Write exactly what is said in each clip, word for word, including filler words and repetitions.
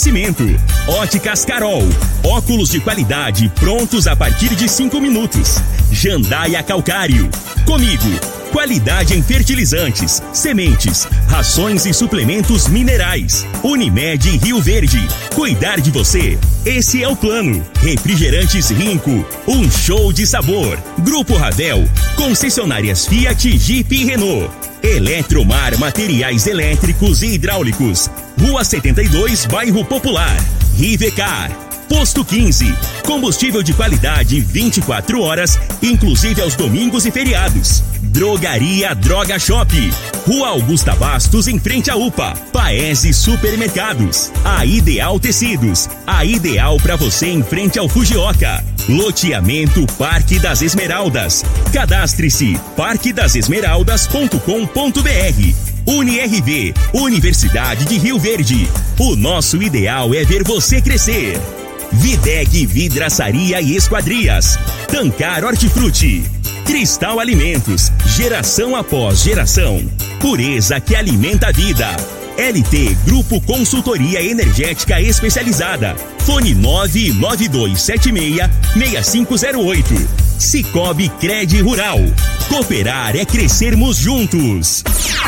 Oferecimento: Óticas Carol, óculos de qualidade prontos a partir de cinco minutos. Jandaia Calcário. Comigo, qualidade em fertilizantes, sementes, rações e suplementos minerais. Unimed Rio Verde. Cuidar de você, esse é o plano. Refrigerantes Rinco, um show de sabor. Grupo Ravel, concessionárias Fiat, Jeep e Renault. Eletromar Materiais Elétricos e Hidráulicos. Rua setenta e dois, Bairro Popular. Rivecar. Posto quinze. Combustível de qualidade vinte e quatro horas, inclusive aos domingos e feriados. Drogaria Droga Shop. Rua Augusta Bastos, em frente à U P A. Paese Supermercados. A Ideal Tecidos. A ideal para você em frente ao Fujioka. Loteamento Parque das Esmeraldas. Cadastre-se parque das esmeraldas ponto com ponto b r. Uni R V, Universidade de Rio Verde. O nosso ideal é ver você crescer. Videg Vidraçaria e Esquadrias. Tancar Hortifruti. Cristal Alimentos, geração após geração. Pureza que alimenta a vida. L T Grupo Consultoria Energética Especializada. Fone nove nove dois sete seis, seis cinco zero oito. Cicobi Cred Rural. Cooperar é crescermos juntos.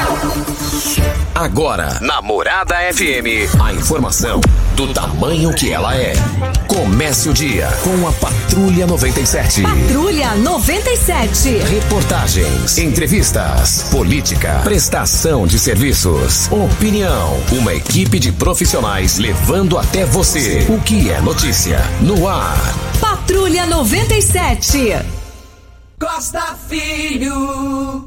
Agora, na Morada F M, a informação do tamanho que ela é. Comece o dia com a Patrulha noventa e sete. Patrulha noventa e sete. Reportagens, entrevistas, política, prestação de serviços, opinião. Uma equipe de profissionais levando até você o que é notícia no ar. Patrulha noventa e sete. Costa Filho.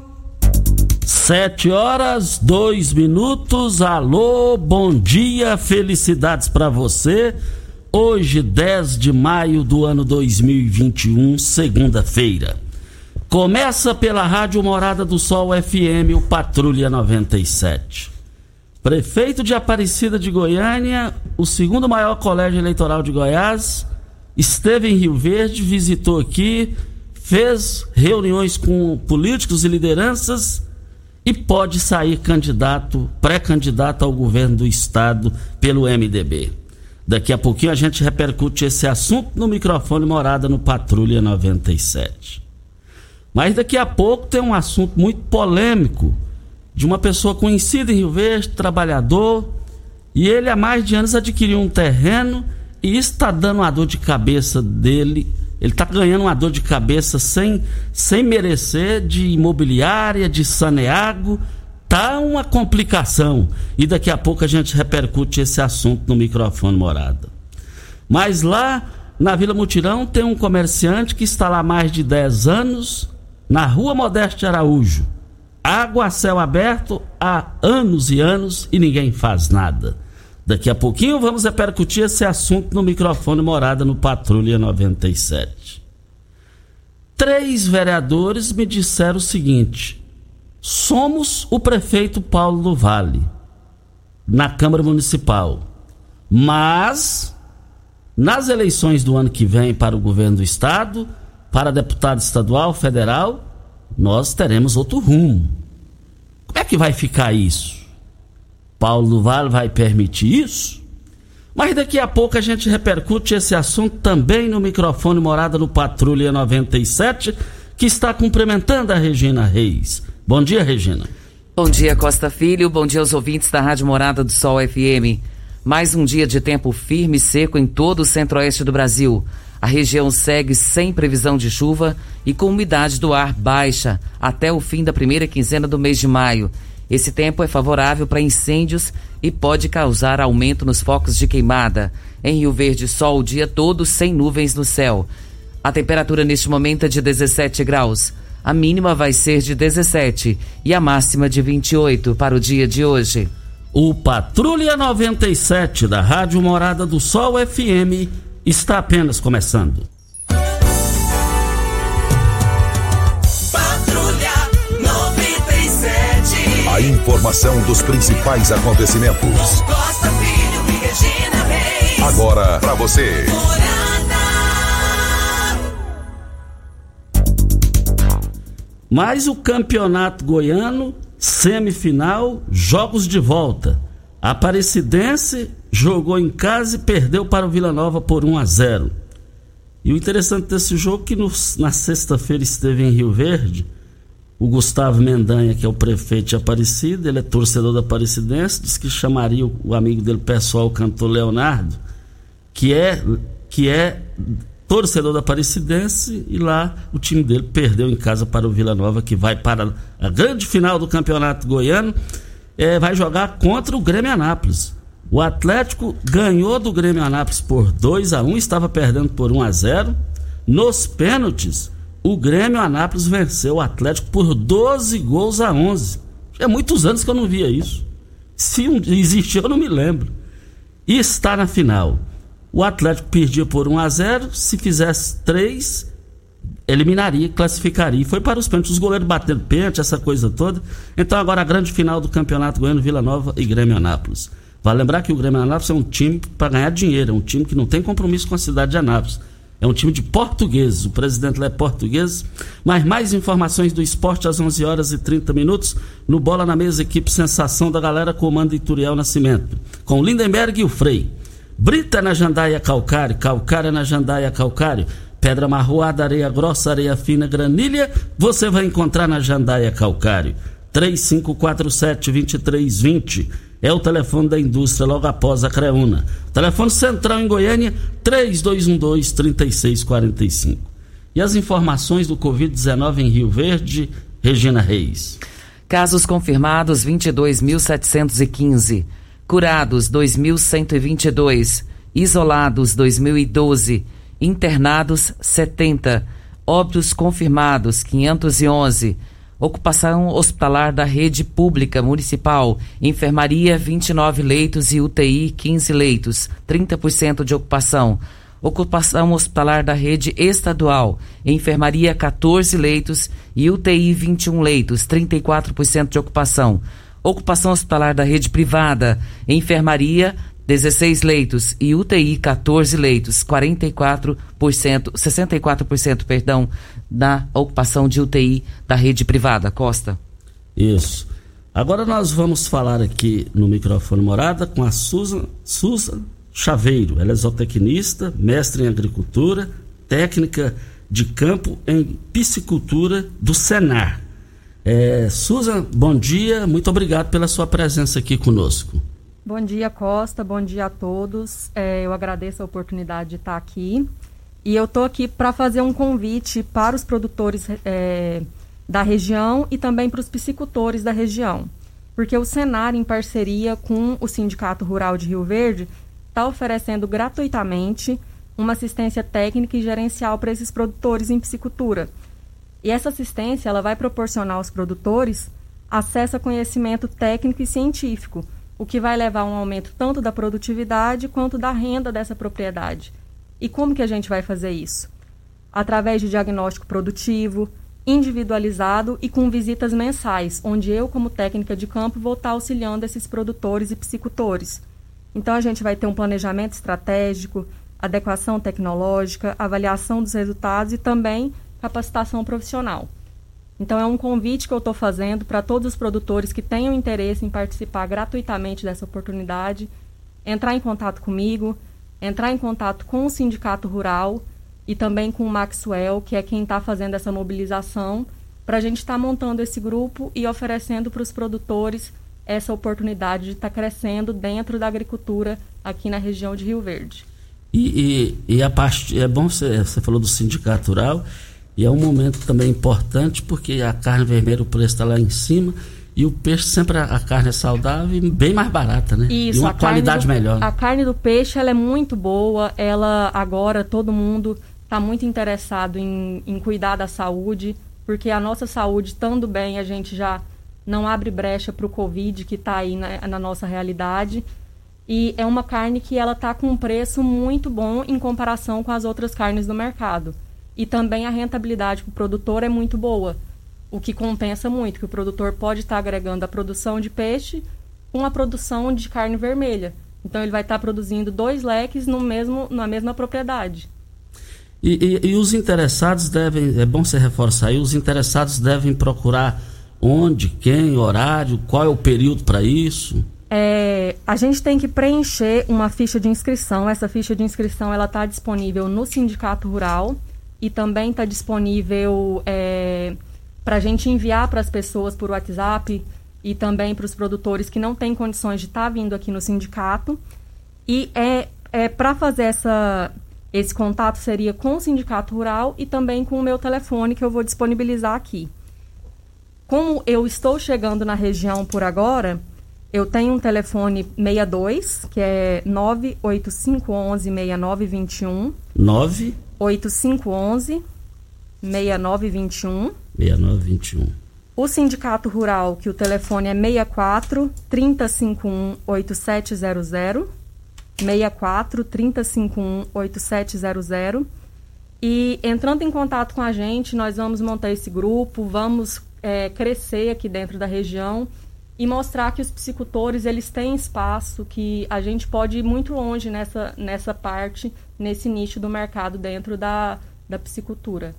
Sete horas, dois minutos. Alô, bom dia, felicidades pra você. Hoje, dez de maio do ano dois mil e vinte e um, segunda-feira. Começa pela Rádio Morada do Sol F M, o Patrulha noventa e sete. Prefeito de Aparecida de Goiânia, o segundo maior colégio eleitoral de Goiás, esteve em Rio Verde, visitou aqui, fez reuniões com políticos e lideranças e pode sair candidato, pré-candidato ao governo do estado pelo M D B. Daqui a pouquinho a gente repercute esse assunto no microfone Morada no Patrulha noventa e sete. Mas daqui a pouco tem um assunto muito polêmico de uma pessoa conhecida em Rio Verde, trabalhador, e ele há mais de anos adquiriu um terreno e isso está dando uma dor de cabeça dele. Ele está ganhando uma dor de cabeça sem, sem merecer, de imobiliária, de Saneago. Tá uma complicação. E daqui a pouco a gente repercute esse assunto no microfone Morada. Mas lá na Vila Mutirão tem um comerciante que está lá há mais de dez anos, na Rua Modesto Araújo. Água a céu aberto há anos e anos e ninguém faz nada. Daqui a pouquinho vamos repercutir esse assunto no microfone Morada no Patrulha noventa e sete. Três vereadores me disseram o seguinte: somos o prefeito Paulo do Vale na Câmara Municipal, mas nas eleições do ano que vem para o governo do estado, para deputado estadual, federal, nós teremos outro rumo. Como é que vai ficar isso? Paulo do Vale vai permitir isso? Mas daqui a pouco a gente repercute esse assunto também no microfone Morada no Patrulha noventa e sete, que está cumprimentando a Regina Reis. Bom dia, Regina. Bom dia, Costa Filho. Bom dia aos ouvintes da Rádio Morada do Sol F M. Mais um dia de tempo firme e seco em todo o centro-oeste do Brasil. A região segue sem previsão de chuva e com umidade do ar baixa até o fim da primeira quinzena do mês de maio. Esse tempo é favorável para incêndios e pode causar aumento nos focos de queimada. Em Rio Verde, sol o dia todo sem nuvens no céu. A temperatura neste momento é de dezessete graus. A mínima vai ser de dezessete e a máxima de vinte e oito para o dia de hoje. O Patrulha noventa e sete da Rádio Morada do Sol F M está apenas começando. A informação dos principais acontecimentos. Costa Filho e Regina Reis. Agora pra você. Mais o Campeonato Goiano, semifinal, jogos de volta. Aparecidense jogou em casa e perdeu para o Vila Nova por um a zero. E o interessante desse jogo é que no, na sexta-feira esteve em Rio Verde o Gustavo Mendanha, que é o prefeito de Aparecida, ele é torcedor da Aparecidense, disse que chamaria o, o amigo dele pessoal, o cantor Leonardo, que é, que é torcedor da Aparecidense, e lá o time dele perdeu em casa para o Vila Nova, que vai para a grande final do Campeonato Goiano, é, vai jogar contra o Grêmio Anápolis. O Atlético ganhou do Grêmio Anápolis por dois a um, estava perdendo por um a zero. Nos pênaltis, o Grêmio Anápolis venceu o Atlético por doze gols a onze. É muitos anos que eu não via isso. Se um, existia, eu não me lembro. E está na final. O Atlético perdia por um a zero, se fizesse três, eliminaria, classificaria. Foi para os pênaltis, os goleiros batendo pênalti, essa coisa toda. Então agora a grande final do Campeonato Goiano, Vila Nova e Grêmio Anápolis. Vale lembrar que o Grêmio Anápolis é um time para ganhar dinheiro, é um time que não tem compromisso com a cidade de Anápolis. É um time de portugueses, o presidente lá é português. Mas mais informações do esporte às onze horas e trinta minutos, no Bola na Mesa, equipe Sensação da Galera, comando Ituriel Nascimento, com Lindenberg e o Frei. Brita na Jandaia Calcário, Calcária na Jandaia Calcário, pedra marroada, areia grossa, areia fina, granilha, você vai encontrar na Jandaia Calcário. três cinco quatro sete, dois três dois zero é o telefone da indústria logo após a Creúna. Telefone central em Goiânia, três dois um dois, três seis quatro cinco. E as informações do covid dezenove em Rio Verde, Regina Reis. Casos confirmados vinte e dois mil setecentos e quinze, curados dois mil cento e vinte e dois, isolados dois mil e doze, internados setenta, óbitos confirmados quinhentos e onze, ocupação hospitalar da rede pública municipal, enfermaria vinte e nove leitos e U T I quinze leitos, trinta por cento de ocupação. Ocupação hospitalar da rede estadual, enfermaria quatorze leitos e U T I vinte e um leitos, trinta e quatro por cento de ocupação. Ocupação hospitalar da rede privada, enfermaria dezesseis leitos e U T I quatorze leitos, quarenta e quatro por cento, sessenta e quatro por cento, perdão, da ocupação de U T I da rede privada. Costa. Isso. Agora nós vamos falar aqui no microfone Morada com a Susan, Susan Chaveiro. Ela é zootecnista, mestre em agricultura, técnica de campo em piscicultura do Senar. É, Susan, bom dia, muito obrigado pela sua presença aqui conosco. Bom dia, Costa, bom dia a todos. É, eu agradeço a oportunidade de estar aqui. E eu estou aqui para fazer um convite para os produtores é, da região e também para os piscicultores da região. Porque o Senar, em parceria com o Sindicato Rural de Rio Verde, está oferecendo gratuitamente uma assistência técnica e gerencial para esses produtores em piscicultura. E essa assistência ela vai proporcionar aos produtores acesso a conhecimento técnico e científico, o que vai levar a um aumento tanto da produtividade quanto da renda dessa propriedade. E como que a gente vai fazer isso? Através de diagnóstico produtivo, individualizado e com visitas mensais, onde eu, como técnica de campo, vou estar auxiliando esses produtores e piscicultores. Então, a gente vai ter um planejamento estratégico, adequação tecnológica, avaliação dos resultados e também capacitação profissional. Então, é um convite que eu estou fazendo para todos os produtores que tenham interesse em participar gratuitamente dessa oportunidade, entrar em contato comigo, entrar em contato com o Sindicato Rural e também com o Maxwell, que é quem está fazendo essa mobilização, para a gente estar tá montando esse grupo e oferecendo para os produtores essa oportunidade de estar tá crescendo dentro da agricultura aqui na região de Rio Verde. E, e, e a parte, é bom, você, você falou do Sindicato Rural, e é um momento também importante porque a carne vermelha, o preço está lá em cima, e o peixe sempre, a, a carne é saudável e bem mais barata, né? Isso, e uma qualidade do, melhor. Né? A carne do peixe ela é muito boa, ela agora todo mundo está muito interessado em, em cuidar da saúde, porque a nossa saúde, estando bem, a gente já não abre brecha para o Covid que está aí na, na nossa realidade. E é uma carne que ela está com um preço muito bom em comparação com as outras carnes do mercado. E também a rentabilidade para o produtor é muito boa, o que compensa muito, que o produtor pode estar agregando a produção de peixe com a produção de carne vermelha. Então ele vai estar produzindo dois leques no mesmo, na mesma propriedade. E, e, e os interessados devem, é bom você reforçar aí, os interessados devem procurar onde, quem, horário, qual é o período para isso? É, a gente tem que preencher uma ficha de inscrição. Essa ficha de inscrição ela está disponível no Sindicato Rural e também está disponível é, para a gente enviar para as pessoas por WhatsApp e também para os produtores que não têm condições de estar tá vindo aqui no sindicato. E é, é para fazer essa, esse contato seria com o Sindicato Rural e também com o meu telefone que eu vou disponibilizar aqui. Como eu estou chegando na região por agora, eu tenho um telefone sessenta e dois, que é nove oito cinco um um, seis nove dois um. nove oito cinco um um, seis nove dois um. seis nove dois um. O Sindicato Rural, que o telefone é sessenta e quatro, trinta, cinquenta e um, oitenta e sete zero zero. sessenta e quatro, trinta, cinquenta e um, oitenta e sete zero zero. E entrando em contato com a gente, nós vamos montar esse grupo, vamos é, crescer aqui dentro da região e mostrar que os piscicultores eles têm espaço, que a gente pode ir muito longe nessa, nessa parte, nesse nicho do mercado dentro da, da piscicultura.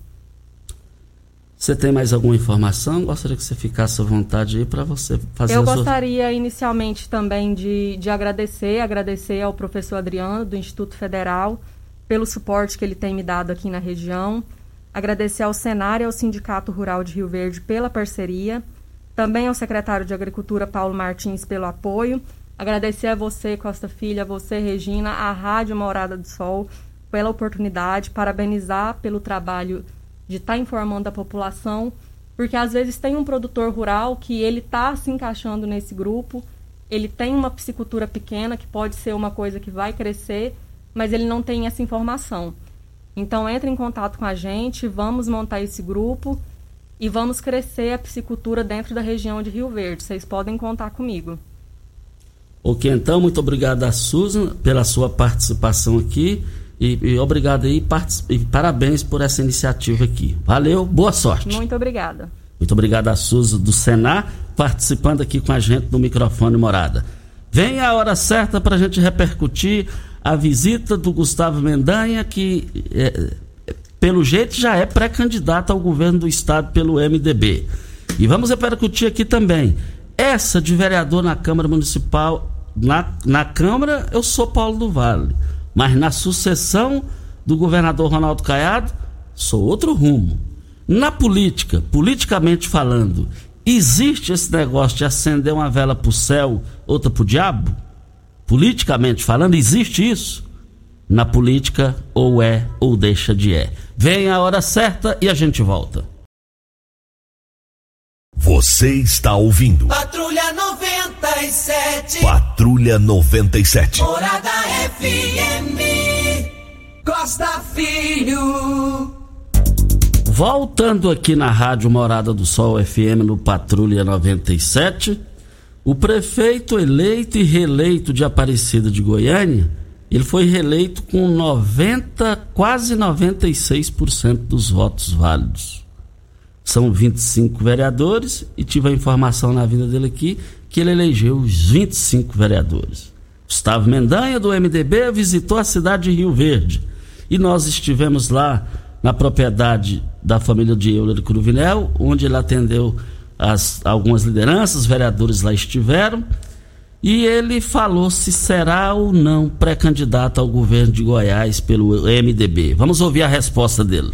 Você tem mais alguma informação? Gostaria que você ficasse à vontade aí para você fazer Eu a gostaria sua... inicialmente também de, de agradecer, agradecer ao professor Adriano do Instituto Federal pelo suporte que ele tem me dado aqui na região, agradecer ao Senar e ao Sindicato Rural de Rio Verde pela parceria, também ao secretário de Agricultura, Paulo Martins, pelo apoio. Agradecer a você, Costa Filho, a você, Regina, à Rádio Morada do Sol, pela oportunidade. Parabenizar pelo trabalho de estar tá informando a população, porque às vezes tem um produtor rural que ele está se encaixando nesse grupo, ele tem uma piscicultura pequena, que pode ser uma coisa que vai crescer, mas ele não tem essa informação. Então, entre em contato com a gente, vamos montar esse grupo e vamos crescer a piscicultura dentro da região de Rio Verde. Vocês podem contar comigo. Ok, então, muito obrigado a Susan pela sua participação aqui e, e obrigado aí e parabéns por essa iniciativa aqui. Valeu, boa sorte. Muito obrigada. Muito obrigado a Susan do Senar participando aqui com a gente no microfone Morada. Vem a hora certa para a gente repercutir a visita do Gustavo Mendanha, que é, pelo jeito já é pré-candidato ao governo do estado pelo M D B. E vamos repercutir aqui também essa de vereador na Câmara Municipal. Na, na Câmara eu sou Paulo do Vale, mas na sucessão do governador Ronaldo Caiado sou outro rumo. Na política, politicamente falando, existe esse negócio de acender uma vela pro céu, outra pro diabo? Politicamente falando, existe isso? Na política, ou é ou deixa de é. Vem a hora certa e a gente volta. Você está ouvindo Patrulha noventa e sete. Patrulha noventa e sete. Morada F M. Costa Filho. Voltando aqui na Rádio Morada do Sol F M no Patrulha noventa e sete, o prefeito eleito e reeleito de Aparecida de Goiânia, ele foi reeleito com noventa, quase noventa e seis por cento dos votos válidos. São vinte e cinco vereadores e tive a informação na vida dele aqui que ele elegeu os vinte e cinco vereadores. Gustavo Mendanha, do M D B, visitou a cidade de Rio Verde e nós estivemos lá na propriedade da família de Euler Cruvinel, onde ele atendeu as, algumas lideranças, os vereadores lá estiveram, e ele falou se será ou não pré-candidato ao governo de Goiás pelo M D B. Vamos ouvir a resposta dele.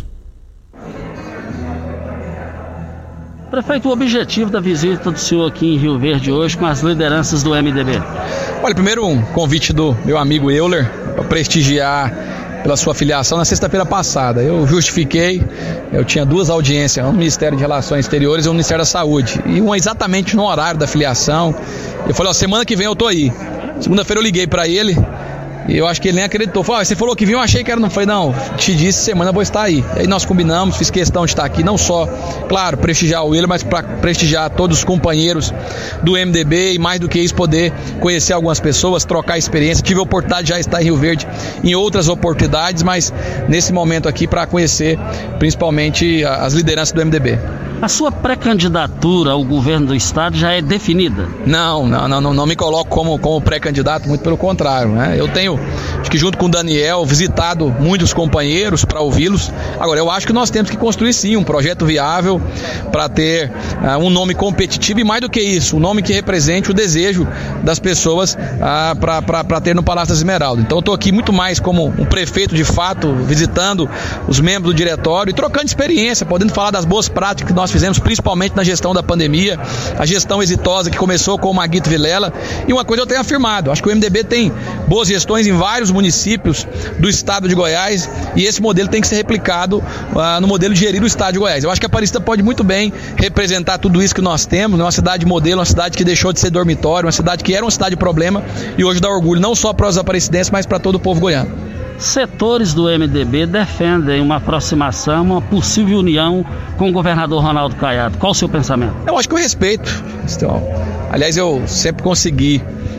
Prefeito, o objetivo da visita do senhor aqui em Rio Verde hoje com as lideranças do M D B? Olha, primeiro um convite do meu amigo Euler para prestigiar pela sua filiação na sexta-feira passada. Eu justifiquei, eu tinha duas audiências, um no Ministério de Relações Exteriores e um no Ministério da Saúde, e uma exatamente no horário da filiação. Eu falei, ó, semana que vem eu tô aí. Segunda-feira eu liguei para ele e eu acho que ele nem acreditou. Falei, ó, você falou que vinha, eu achei que era, não foi não. Te disse, semana eu vou estar aí. Aí nós combinamos, fiz questão de estar aqui, não só, claro, prestigiar o Euler, mas para prestigiar todos os companheiros do M D B e mais do que isso, poder conhecer algumas pessoas, trocar experiência. Tive a oportunidade de já estar em Rio Verde em outras oportunidades, mas nesse momento aqui para conhecer principalmente as lideranças do M D B. A sua pré-candidatura ao governo do estado já é definida? Não, não, não, não, não me coloco como, como pré-candidato, muito pelo contrário, né? Eu tenho, acho que junto com o Daniel, visitado muitos companheiros para ouvi-los. Agora, eu acho que nós temos que construir sim um projeto viável para ter uh, um nome competitivo e mais do que isso, um nome que represente o desejo das pessoas uh, para ter no Palácio das Esmeraldas. Então eu estou aqui muito mais como um prefeito de fato, visitando os membros do diretório e trocando experiência, podendo falar das boas práticas que nós fizemos, principalmente na gestão da pandemia, a gestão exitosa que começou com o Maguito Vilela. E uma coisa eu tenho afirmado, acho que o M D B tem boas gestões em vários municípios do estado de Goiás e esse modelo tem que ser replicado uh, no modelo de gerir o estado de Goiás. Eu acho que a Aparecida pode muito bem representar tudo isso que nós temos, né? Uma cidade modelo, uma cidade que deixou de ser dormitório, uma cidade que era uma cidade de problema e hoje dá orgulho não só para os aparecidenses, mas para todo o povo goiano. Setores do M D B defendem uma aproximação, uma possível união com o governador Ronaldo Caiado. Qual o seu pensamento? Eu acho que eu respeito. Então, aliás, eu sempre consegui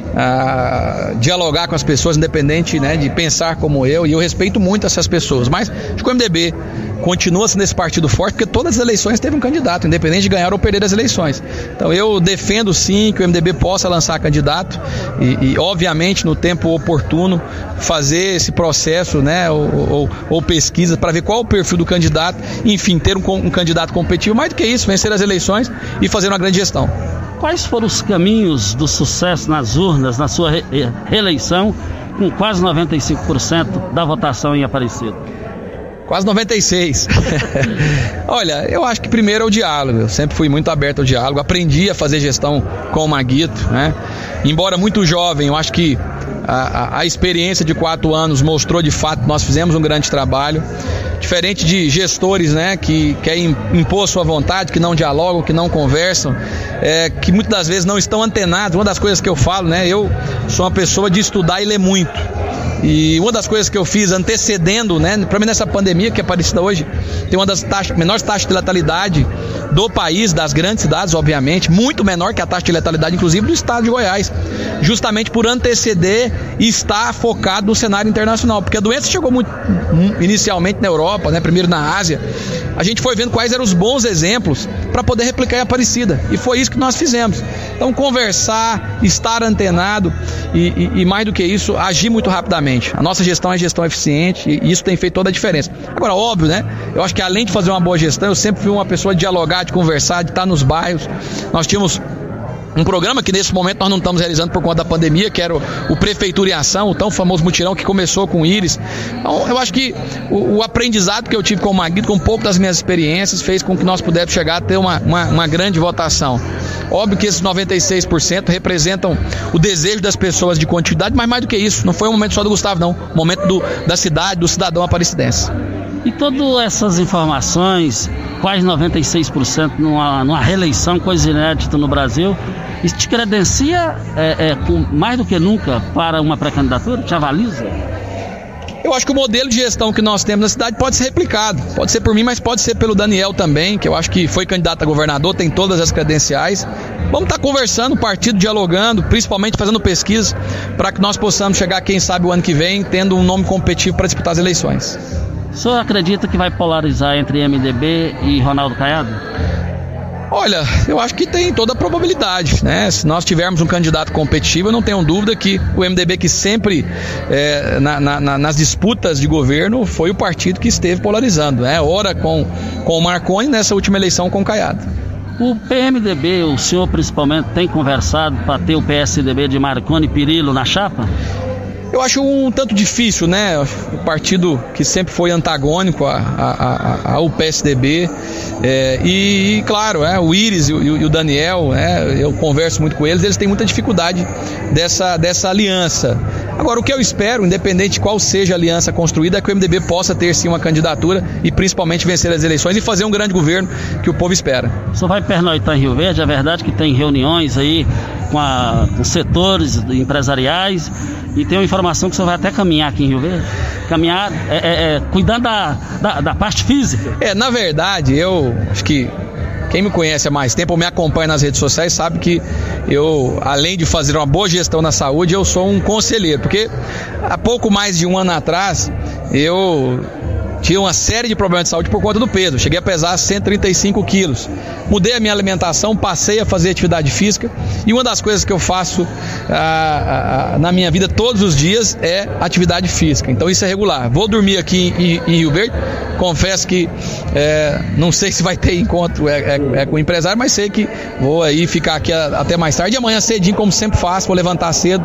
uh, dialogar com as pessoas, independente, né, de pensar como eu, e eu respeito muito essas pessoas. Mas acho que o M D B continua sendo esse partido forte, porque todas as eleições teve um candidato, independente de ganhar ou perder as eleições. Então eu defendo sim que o M D B possa lançar candidato e, e obviamente no tempo oportuno fazer esse processo, né, ou, ou, ou pesquisa para ver qual é o perfil do candidato, enfim, ter um, um candidato competitivo, mais do que isso, vencer as eleições e fazer uma grande gestão. Quais foram os caminhos do sucesso nas urnas, na sua re- reeleição, com quase noventa e cinco por cento da votação em Aparecida? Quase noventa e seis. Olha, eu acho que primeiro é o diálogo. Eu sempre fui muito aberto ao diálogo. Aprendi a fazer gestão com o Maguito, né? Embora muito jovem, eu acho que a, a, a experiência de quatro anos mostrou de fato que nós fizemos um grande trabalho. Diferente de gestores, né, que querem impor sua vontade, que não dialogam, que não conversam, é, que muitas das vezes não estão antenados. Uma das coisas que eu falo, né, eu sou uma pessoa de estudar e ler muito. E uma das coisas que eu fiz antecedendo, né, para mim nessa pandemia que é Aparecida hoje, tem uma das taxas, menores taxas de letalidade do país, das grandes cidades, obviamente, muito menor que a taxa de letalidade, inclusive, do estado de Goiás, justamente por anteceder e estar focado no cenário internacional, porque a doença chegou muito inicialmente na Europa, né, primeiro na Ásia. A gente foi vendo quais eram os bons exemplos para poder replicar em Aparecida, e foi isso que nós fizemos. Então conversar, estar antenado e, e, e mais do que isso, agir muito rapidamente. A nossa gestão é gestão eficiente e isso tem feito toda a diferença. Agora, óbvio, né? Eu acho que além de fazer uma boa gestão, eu sempre fui uma pessoa de dialogar, de conversar, de estar nos bairros. Nós tínhamos um programa que nesse momento nós não estamos realizando por conta da pandemia, que era o, o Prefeitura em Ação, o tão famoso mutirão que começou com o Íris. Então eu acho que o, o aprendizado que eu tive com o Maguito, com um pouco das minhas experiências, fez com que nós pudéssemos chegar a ter uma, uma, uma grande votação. Óbvio que esses noventa e seis por cento representam o desejo das pessoas de continuidade, mas mais do que isso, não foi um momento só do Gustavo, não. Um momento do, da cidade, do cidadão aparecidense. E todas essas informações, quase noventa e seis por cento numa, numa reeleição, coisa inédita no Brasil, isso te credencia é, é, com, mais do que nunca para uma pré-candidatura? Te avaliza? Eu acho que o modelo de gestão que nós temos na cidade pode ser replicado. Pode ser por mim, mas pode ser pelo Daniel também, que eu acho que foi candidato a governador, tem todas as credenciais. Vamos estar conversando, o partido dialogando, principalmente fazendo pesquisa, para que nós possamos chegar, quem sabe, o ano que vem, tendo um nome competitivo para disputar as eleições. O senhor acredita que vai polarizar entre M D B e Ronaldo Caiado? Olha, eu acho que tem toda a probabilidade, né? Se nós tivermos um candidato competitivo, eu não tenho dúvida que o M D B, que sempre é, na, na, nas disputas de governo, foi o partido que esteve polarizando, né? Ora com, com o Marconi, nessa última eleição com o Caiado. O P M D B, o senhor principalmente, tem conversado para ter o P S D B de Marconi e Pirillo na chapa? Eu acho um tanto difícil, né? O partido que sempre foi antagônico a, a, a, ao P S D B. É, e, e, claro, é, o Íris e o, e o Daniel, é, eu converso muito com eles, eles têm muita dificuldade dessa, dessa aliança. Agora, o que eu espero, independente de qual seja a aliança construída, é que o M D B possa ter sim uma candidatura e principalmente vencer as eleições e fazer um grande governo que o povo espera. O senhor vai pernoitar em Rio Verde? É verdade que tem reuniões aí com, a, com setores empresariais e tem uma informação que o senhor vai até caminhar aqui em Rio Verde? Caminhar, é, é, é, cuidando da, da, da parte física? É, na verdade, eu acho que quem me conhece há mais tempo ou me acompanha nas redes sociais sabe que eu, além de fazer uma boa gestão na saúde, eu sou um conselheiro, porque há pouco mais de um ano atrás eu Tinha uma série de problemas de saúde por conta do peso. Cheguei a pesar cento e trinta e cinco quilos. Mudei a minha alimentação, passei a fazer atividade física. E uma das coisas que eu faço ah, ah, na minha vida todos os dias é atividade física. Então isso é regular. Vou dormir aqui em, em Rio Verde. Confesso que é, não sei se vai ter encontro é, é, é com o empresário, mas sei que vou aí ficar aqui a, até mais tarde. E amanhã cedinho, como sempre faço, vou levantar cedo.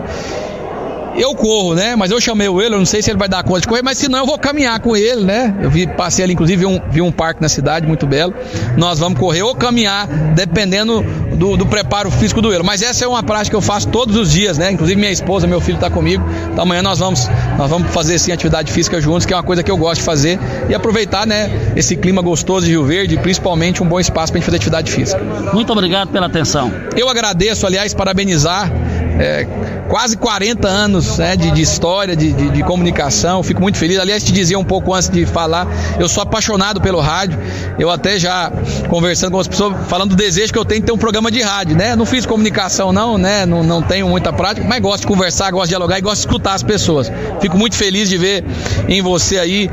Eu corro, né? Mas eu chamei o ele, eu não sei se ele vai dar conta de correr, mas se não eu vou caminhar com ele, né? Eu vi, passei ali, inclusive, vi um, vi um parque na cidade muito belo. Nós vamos correr ou caminhar, dependendo do, do preparo físico do ele. Mas essa é uma prática que eu faço todos os dias, né? Inclusive minha esposa, meu filho tá comigo. Então amanhã nós vamos, nós vamos fazer sim atividade física juntos, que é uma coisa que eu gosto de fazer. E aproveitar, né, esse clima gostoso de Rio Verde, e principalmente um bom espaço pra gente fazer atividade física. Muito obrigado pela atenção. Eu agradeço, aliás, parabenizar. É, quase quarenta anos, né, de, de história, de, de, de comunicação, fico muito feliz. Aliás, te dizia um pouco antes de falar, eu sou apaixonado pelo rádio. Eu até já conversando com as pessoas, falando do desejo que eu tenho de ter um programa de rádio, né? Não fiz comunicação não, né? Não, não tenho muita prática, mas gosto de conversar, gosto de dialogar e gosto de escutar as pessoas. Fico muito feliz de ver em você aí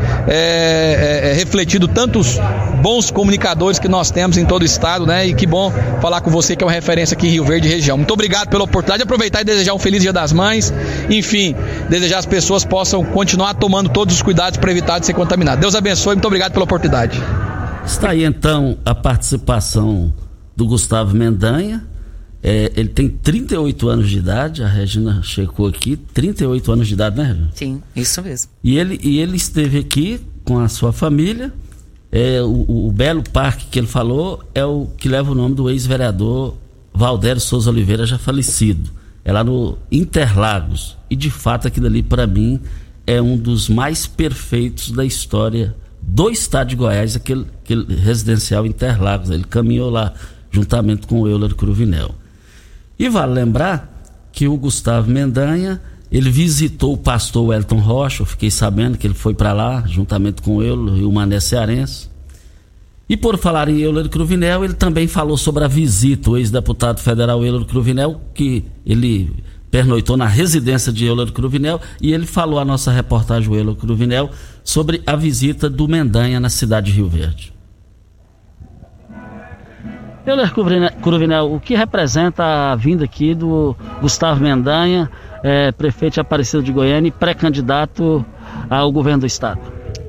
é, é, é, refletido tantos bons comunicadores que nós temos em todo o estado, né? E que bom falar com você, que é uma referência aqui em Rio Verde região. Muito obrigado pela oportunidade de aproveitar e desejar um feliz Dia das Mães. Enfim, desejar que as pessoas possam continuar tomando todos os cuidados para evitar de ser contaminado. Deus abençoe, muito obrigado pela oportunidade. Está aí então a participação do Gustavo Mendanha. É, ele tem trinta e oito anos de idade, a Regina checou aqui, trinta e oito anos de idade, né, Regina? Sim, isso mesmo. E ele, e ele esteve aqui com a sua família. É, o, o belo parque que ele falou é o que leva o nome do ex-vereador Valdério Souza Oliveira, já falecido. É lá no Interlagos. E de fato aquilo ali para mim é um dos mais perfeitos da história do estado de Goiás, aquele, aquele residencial Interlagos. Ele caminhou lá juntamente com o Euler Cruvinel. E vale lembrar que o Gustavo Mendanha, ele visitou o pastor Wellington Rocha. Eu fiquei sabendo que ele foi para lá juntamente com o Euler e o Mané Cearense. E por falar em Euler Cruvinel, ele também falou sobre a visita, o ex-deputado federal Euler Cruvinel, que ele pernoitou na residência de Euler Cruvinel, e ele falou à nossa reportagem, o Euler Cruvinel, sobre a visita do Mendanha na cidade de Rio Verde. Euler Cruvinel, o que representa a vinda aqui do Gustavo Mendanha, é, prefeito de Aparecida de Goiânia e pré-candidato ao governo do estado?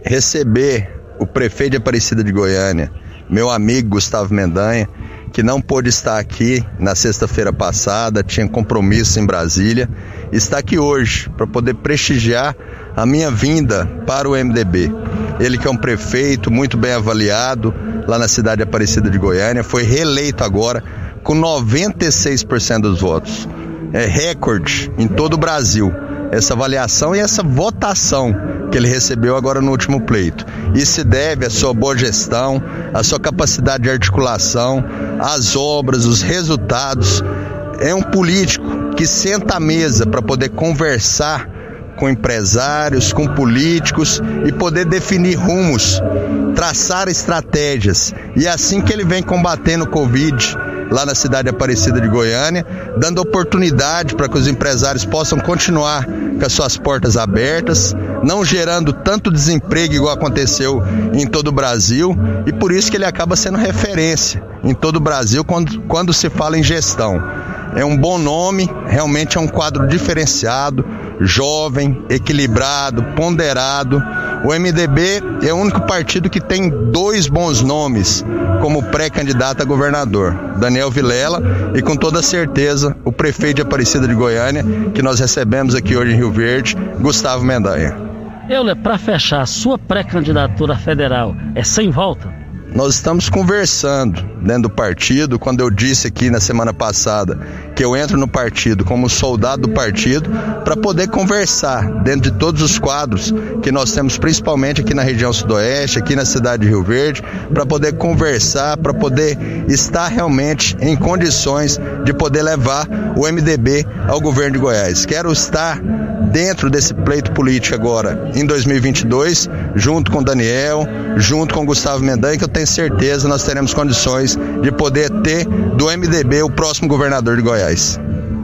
Receber o prefeito de Aparecida de Goiânia, meu amigo Gustavo Mendanha, que não pôde estar aqui na sexta-feira passada, tinha compromisso em Brasília, está aqui hoje para poder prestigiar a minha vinda para o M D B. Ele que é um prefeito muito bem avaliado lá na cidade de Aparecida de Goiânia, foi reeleito agora com noventa e seis por cento dos votos. É recorde em todo o Brasil. Essa avaliação e essa votação que ele recebeu agora no último pleito. Isso se deve à sua boa gestão, à sua capacidade de articulação, às obras, os resultados. É um político que senta à mesa para poder conversar com empresários, com políticos e poder definir rumos, traçar estratégias. E é assim que ele vem combatendo o Covid lá na cidade de Aparecida de Goiânia, dando oportunidade para que os empresários possam continuar com as suas portas abertas, não gerando tanto desemprego igual aconteceu em todo o Brasil, e por isso que ele acaba sendo referência em todo o Brasil quando, quando se fala em gestão. É um bom nome, realmente é um quadro diferenciado, jovem, equilibrado, ponderado. O M D B é o único partido que tem dois bons nomes como pré-candidato a governador, Daniel Vilela e, com toda certeza, o prefeito de Aparecida de Goiânia, que nós recebemos aqui hoje em Rio Verde, Gustavo Mendanha. Euler, para fechar, sua pré-candidatura federal é sem volta? Nós estamos conversando dentro do partido. Quando eu disse aqui na semana passada que eu entro no partido como soldado do partido para poder conversar dentro de todos os quadros que nós temos, principalmente aqui na região sudoeste, aqui na cidade de Rio Verde, para poder conversar, para poder estar realmente em condições de poder levar o M D B ao governo de Goiás. Quero estar dentro desse pleito político agora em dois mil e vinte e dois, junto com o Daniel, junto com o Gustavo Mendanha, que eu tenho certeza nós teremos condições de poder ter do M D B o próximo governador de Goiás.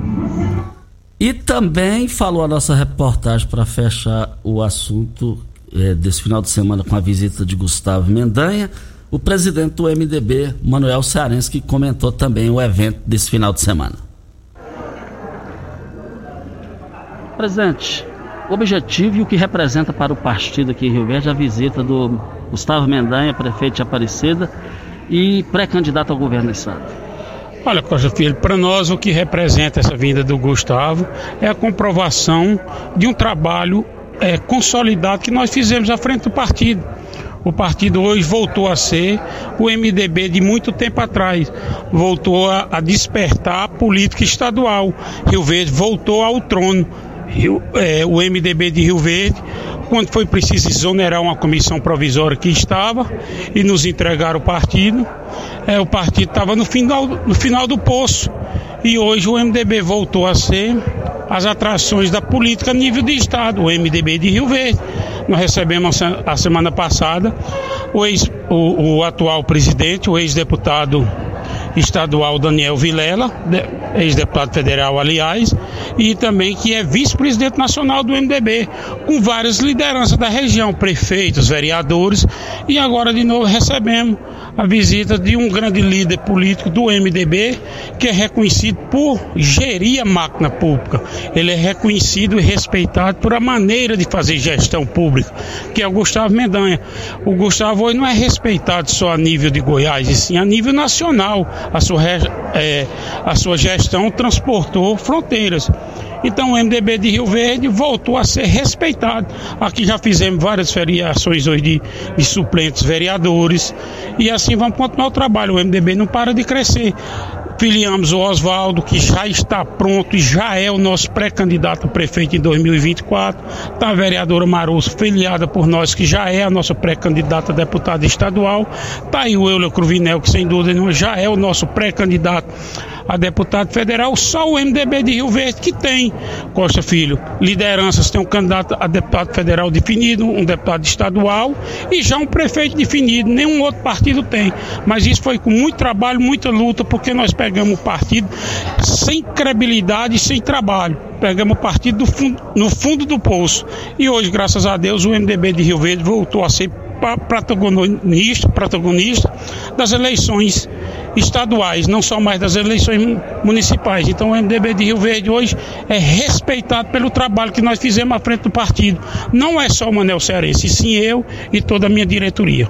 E também falou a nossa reportagem, para fechar o assunto, é, desse final de semana com a visita de Gustavo Mendanha, o presidente do M D B, Manuel Cearense, que comentou também o evento desse final de semana. Presidente, o objetivo e o que representa para o partido aqui em Rio Verde a visita do Gustavo Mendanha, prefeito de Aparecida e pré-candidato ao governo do estado. Olha, Costa Filho, para nós o que representa essa vinda do Gustavo é a comprovação de um trabalho é, consolidado que nós fizemos à frente do partido. O partido hoje voltou a ser o M D B de muito tempo atrás, voltou a, a despertar a política estadual. Rio Verde voltou ao trono. Rio, é, o M D B de Rio Verde, quando foi preciso exonerar uma comissão provisória que estava e nos entregar o partido, é, o partido estava no final, no final do poço, e hoje o M D B voltou a ser as atrações da política a nível de estado, o M D B de Rio Verde. Nós recebemos a semana passada o, ex, o, o atual presidente, o ex-deputado estadual Daniel Vilela, ex-deputado federal, aliás, e também que é vice-presidente nacional do M D B, com várias lideranças da região, prefeitos, vereadores, e agora de novo recebemos a visita de um grande líder político do M D B, que é reconhecido por gerir a máquina pública. Ele é reconhecido e respeitado por a maneira de fazer gestão pública, que é o Gustavo Mendanha. O Gustavo hoje não é respeitado só a nível de Goiás, e sim a nível nacional. A sua, é, a sua gestão transportou fronteiras. Então o M D B de Rio Verde voltou a ser respeitado. Aqui já fizemos várias filiações hoje de, de suplentes vereadores, e assim vamos continuar o trabalho. O M D B não para de crescer. Filiamos o Oswaldo, que já está pronto e já é o nosso pré-candidato a prefeito em dois mil e vinte e quatro. Está a vereadora Marusso, filiada por nós, que já é a nossa pré-candidata a deputada estadual. Está aí o Euler Cruvinel, que sem dúvida já é o nosso pré-candidato a deputado federal. Só o M D B de Rio Verde que tem, Costa Filho, lideranças, tem um candidato a deputado federal definido, um deputado estadual e já um prefeito definido. Nenhum outro partido tem, mas isso foi com muito trabalho, muita luta, porque nós pegamos o partido sem credibilidade e sem trabalho. Pegamos o partido do fundo, no fundo do poço, e hoje, graças a Deus, o M D B de Rio Verde voltou a ser protagonista, protagonista das eleições estaduais, não só mais das eleições municipais. Então o M D B de Rio Verde hoje é respeitado pelo trabalho que nós fizemos à frente do partido. Não é só o Manuel Cearense, sim eu e toda a minha diretoria.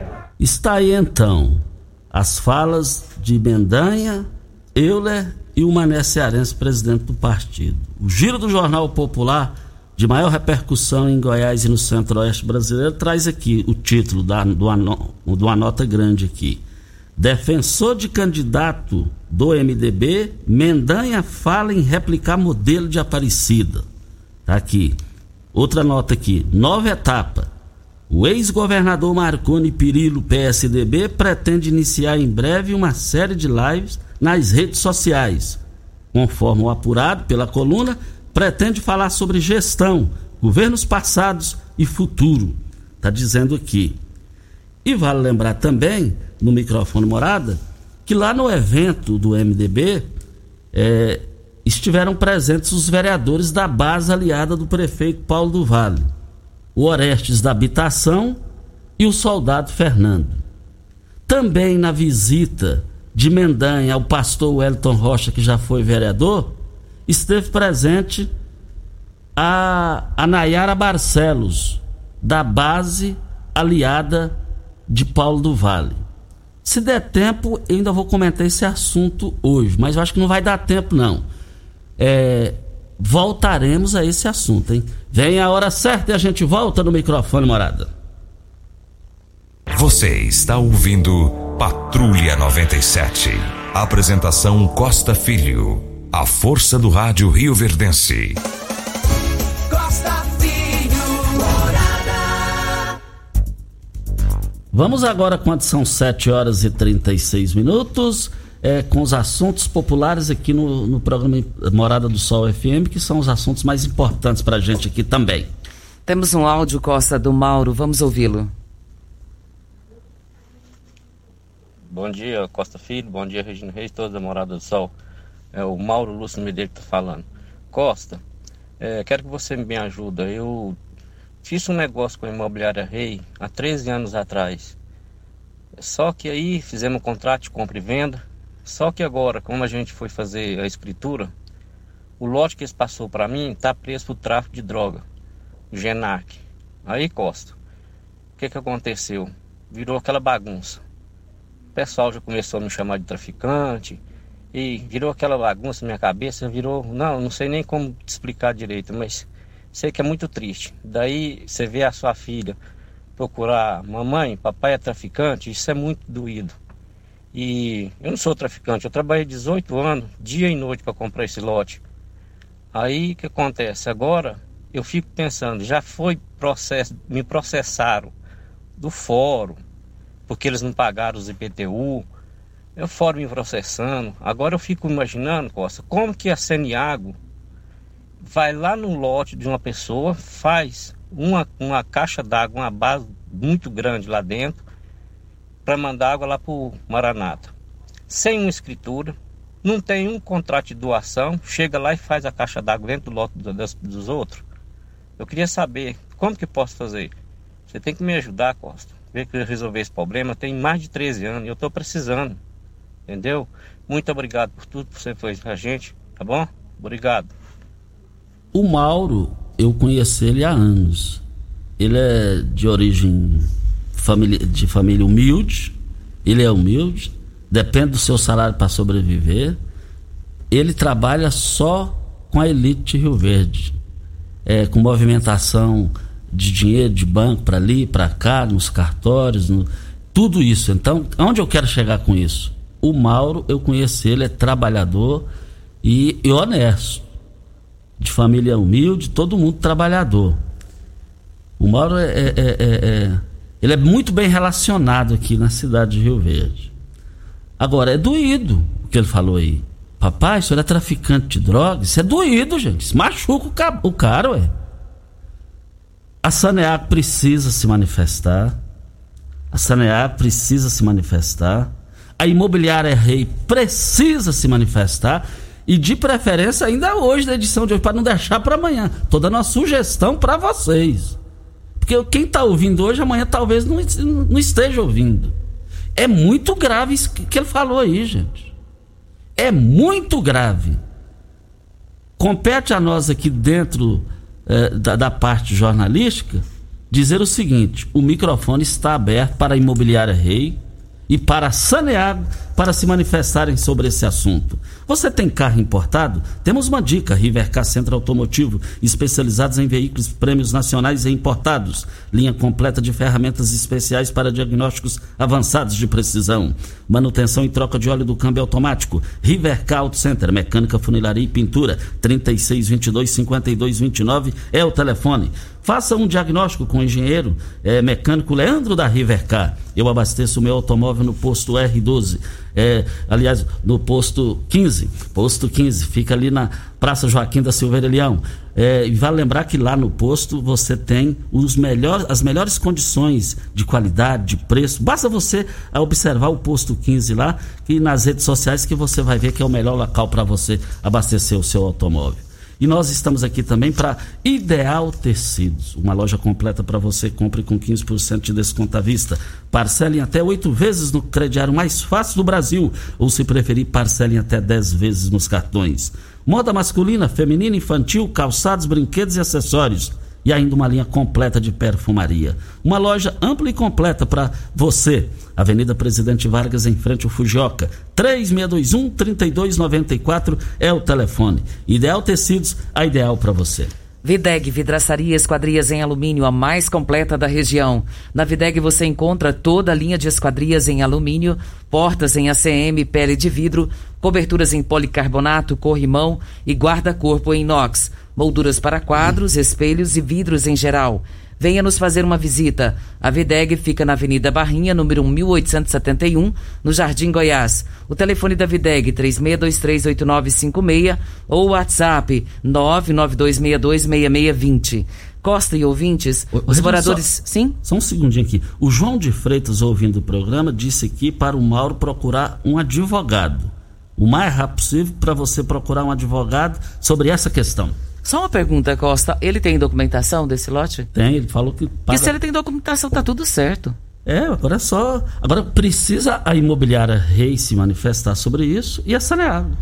Está aí então as falas de Mendanha, Euler e o Manuel Cearense, presidente do partido. O Giro do Jornal Popular, de maior repercussão em Goiás e no Centro-Oeste brasileiro, traz aqui o título da, do, ano, do uma nota grande aqui. Defensor de candidato do M D B, Mendanha fala em replicar modelo de Aparecida. Tá aqui. Outra nota aqui. Nova etapa. O ex-governador Marconi Perillo, P S D B, pretende iniciar em breve uma série de lives nas redes sociais. Conforme o apurado pela coluna, pretende falar sobre gestão, governos passados e futuro. Está dizendo aqui. E vale lembrar também, no microfone Morada, que lá no evento do M D B é, estiveram presentes os vereadores da base aliada do prefeito Paulo do Vale, o Orestes da Habitação e o soldado Fernando. Também na visita de Mendanha ao pastor Wellington Rocha, que já foi vereador, esteve presente a, a Nayara Barcelos, da base aliada de Paulo do Vale. Se der tempo, eu ainda vou comentar esse assunto hoje, mas eu acho que não vai dar tempo não. É, voltaremos a esse assunto, hein? Vem a hora certa e a gente volta no microfone Morada. Você está ouvindo Patrulha noventa e sete. Apresentação Costa Filho. A força do rádio rioverdense. Costa Filho, Morada. Vamos agora, quando são sete horas e trinta e seis minutos, é, com os assuntos populares aqui no, no programa Morada do Sol F M, que são os assuntos mais importantes para a gente aqui também. Temos um áudio, Costa, do Mauro, vamos ouvi-lo. Bom dia, Costa Filho, bom dia, Regina Reis, toda da Morada do Sol. É o Mauro Lúcio Medeiros que está falando. Costa, é, quero que você me ajude. Eu fiz um negócio com a Imobiliária Rei há treze anos atrás. Só que aí fizemos um contrato de compra e venda. Só que agora, quando a gente foi fazer a escritura, o lote que eles passou para mim está preso por tráfico de droga, o Genac. Aí, Costa, o que que aconteceu? Virou aquela bagunça. O pessoal já começou a me chamar de traficante e virou aquela bagunça na minha cabeça, virou, não, não sei nem como te explicar direito, mas sei que é muito triste. Daí você vê a sua filha procurar, mamãe, papai é traficante, isso é muito doído. E eu não sou traficante, eu trabalhei dezoito anos, dia e noite para comprar esse lote. Aí o que acontece? Agora eu fico pensando, já foi processo, me processaram do fórum, porque eles não pagaram os I P T U, eu fórum me processando. Agora eu fico imaginando, Costa, como que a Saniago vai lá no lote de uma pessoa, faz uma, uma caixa d'água, uma base muito grande lá dentro, para mandar água lá para o Maranata, sem uma escritura, não tem um contrato de doação, chega lá e faz a caixa d'água dentro do lote dos, dos outros. Eu queria saber, como que eu posso fazer? Você tem que me ajudar, Costa, ver que eu resolver esse problema. Tem mais de treze anos e eu estou precisando, entendeu? Muito obrigado por tudo que você fez pra gente, tá bom? Obrigado. O Mauro, eu conheci ele há anos. Ele é de origem família, de família humilde. Ele é humilde, depende do seu salário para sobreviver. Ele trabalha só com a elite de Rio Verde, é, com movimentação de dinheiro de banco para ali, para cá, nos cartórios, no, tudo isso. Então, onde eu quero chegar com isso? O Mauro, eu conheci ele, é trabalhador e, e honesto, de família humilde, todo mundo trabalhador. O Mauro é, é, é, é, ele é muito bem relacionado aqui na cidade de Rio Verde. Agora, é doído o que ele falou aí. Papai, o senhor é traficante de drogas? Isso é doído, gente. Isso machuca o, ca- o cara, ué. A Saneago precisa se manifestar. A Saneago precisa se manifestar. A Imobiliária Rei precisa se manifestar. E de preferência ainda hoje, na edição de hoje, para não deixar para amanhã. Estou dando uma sugestão para vocês. Porque quem está ouvindo hoje, amanhã talvez não, não esteja ouvindo. É muito grave isso que ele falou aí, gente. É muito grave. Compete a nós aqui dentro eh, da, da parte jornalística dizer o seguinte: o microfone está aberto para a Imobiliária Rei e para a Saneago para se manifestarem sobre esse assunto. Você tem carro importado? Temos uma dica: Rivercar Centro Automotivo, especializados em veículos prêmios nacionais e importados. Linha completa de ferramentas especiais para diagnósticos avançados de precisão. Manutenção e troca de óleo do câmbio automático. Rivercar Auto Center, mecânica, funilaria e pintura. trinta e seis, vinte e dois, cinquenta e dois, vinte e nove é o telefone. Faça um diagnóstico com o engenheiro é, mecânico Leandro da Rivercar. Eu abasteço o meu automóvel no posto R doze. É, aliás, no posto quinze. Posto quinze, fica ali na Praça Joaquim da Silveira Leão. É, e vale lembrar que lá no posto você tem os melhores, as melhores condições de qualidade, de preço. Basta você observar o posto quinze lá, e nas redes sociais, que você vai ver que é o melhor local para você abastecer o seu automóvel. E nós estamos aqui também para Ideal Tecidos, uma loja completa para você. Compre com quinze por cento de desconto à vista. Parcelem até oito vezes no crediário mais fácil do Brasil. Ou, se preferir, parcelem até dez vezes nos cartões. Moda masculina, feminina, infantil, calçados, brinquedos e acessórios. E ainda uma linha completa de perfumaria. Uma loja ampla e completa para você. Avenida Presidente Vargas, em frente ao Fujioka. três seis dois um, três dois nove quatro é o telefone. Ideal Tecidos, a ideal para você. Videg, vidraçaria esquadrias em alumínio, a mais completa da região. Na Videg você encontra toda a linha de esquadrias em alumínio, portas em A C M, pele de vidro, coberturas em policarbonato, corrimão e guarda-corpo em inox, molduras para quadros, espelhos e vidros em geral. Venha nos fazer uma visita. A Videg fica na Avenida Barrinha, número mil oitocentos e setenta e um, no Jardim Goiás. O telefone da Videg, três seis dois três, oito nove cinco seis, ou o WhatsApp nove nove dois seis dois, seis seis dois zero. Costa e ouvintes, o, os moradores... Só, Sim? Só um segundinho aqui. O João de Freitas, ouvindo o programa, disse aqui para o Mauro procurar um advogado. O mais rápido possível para você procurar um advogado sobre essa questão. Só uma pergunta, Costa. Ele tem documentação desse lote? Tem, ele falou que... Paga... E se ele tem documentação, tá tudo certo. É, agora é só... Agora precisa a imobiliária Rei se manifestar sobre isso e a Saneago.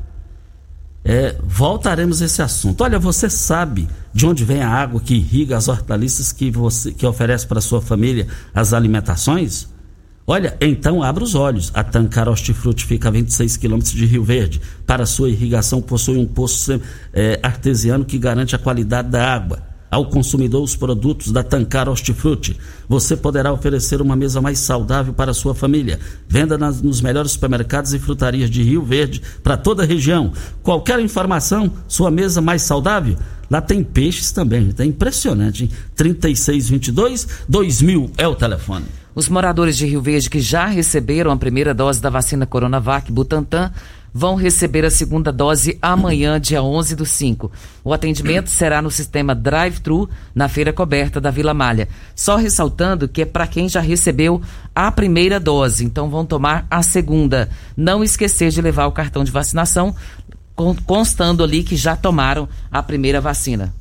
É, voltaremos a esse assunto. Olha, você sabe de onde vem a água que irriga as hortaliças que você que oferece para sua família as alimentações? Olha, então abra os olhos. A Tancar Hortifruti fica a vinte e seis quilômetros de Rio Verde. Para sua irrigação possui um poço é, artesiano que garante a qualidade da água. Ao consumidor os produtos da Tancar Hortifruti, você poderá oferecer uma mesa mais saudável para a sua família. Venda nas, nos melhores supermercados e frutarias de Rio Verde para toda a região. Qualquer informação, sua mesa mais saudável? Lá tem peixes também, é impressionante, hein? trinta e seis vinte e dois, dois mil é o telefone. Os moradores de Rio Verde que já receberam a primeira dose da vacina Coronavac Butantan vão receber a segunda dose amanhã, dia onze do cinco. O atendimento será no sistema drive-thru na feira coberta da Vila Malha. Só ressaltando que é para quem já recebeu a primeira dose, então vão tomar a segunda. Não esquecer de levar o cartão de vacinação, constando ali que já tomaram a primeira vacina.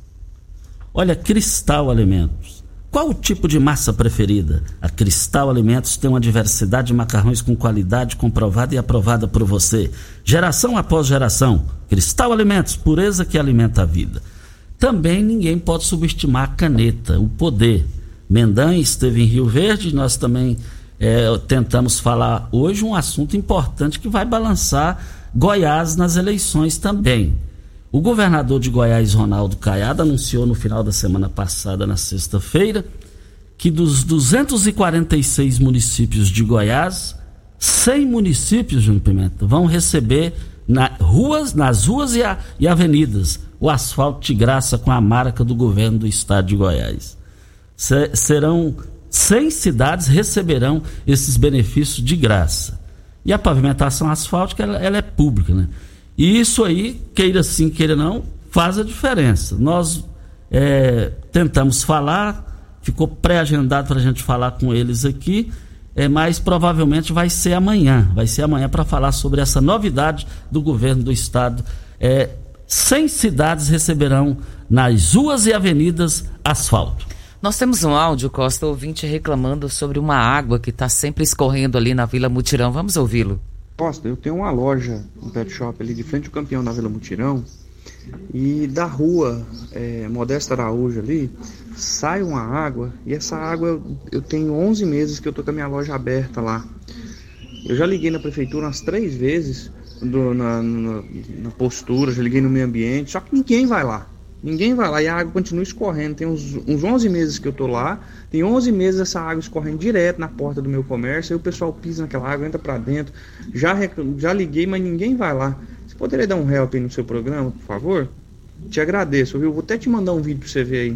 Olha, Cristal Alimentos. Qual o tipo de massa preferida? A Cristal Alimentos tem uma diversidade de macarrões com qualidade comprovada e aprovada por você. Geração após geração. Cristal Alimentos, pureza que alimenta a vida. Também ninguém pode subestimar a caneta, o poder. Mendanha esteve em Rio Verde, nós também é, tentamos falar hoje um assunto importante que vai balançar Goiás nas eleições também. O governador de Goiás, Ronaldo Caiado, anunciou no final da semana passada, na sexta-feira, que dos duzentos e quarenta e seis municípios de Goiás, cem municípios, Júnior Pimenta, vão receber na ruas, nas ruas e, a, e avenidas o asfalto de graça com a marca do governo do estado de Goiás. Se, serão cem cidades receberão esses benefícios de graça. E a pavimentação asfáltica, ela, ela é pública, né? E isso aí, queira sim, queira não, faz a diferença. Nós é, tentamos falar, ficou pré-agendado para a gente falar com eles aqui, é, mas provavelmente vai ser amanhã. Vai ser amanhã para falar sobre essa novidade do governo do estado. É, cem cidades receberão nas ruas e avenidas asfalto. Nós temos um áudio, Costa, ouvinte reclamando sobre uma água que está sempre escorrendo ali na Vila Mutirão. Vamos ouvi-lo. Costa, eu tenho uma loja, um pet shop ali de frente ao Campeão na Vila Mutirão, e da rua é, Modesto Araújo ali sai uma água, e essa água eu, eu tenho onze meses que eu tô com a minha loja aberta lá. Eu já liguei na prefeitura umas três vezes do, na, na, na postura, já liguei no meio ambiente, só que ninguém vai lá. Ninguém vai lá e a água continua escorrendo. Tem uns, uns onze meses que eu tô lá, tem onze meses essa água escorrendo direto na porta do meu comércio, aí o pessoal pisa naquela água, entra pra dentro. Já, já liguei, mas ninguém vai lá. Você poderia dar um help aí no seu programa, por favor? Te agradeço, viu? Vou até te mandar um vídeo pra você ver aí.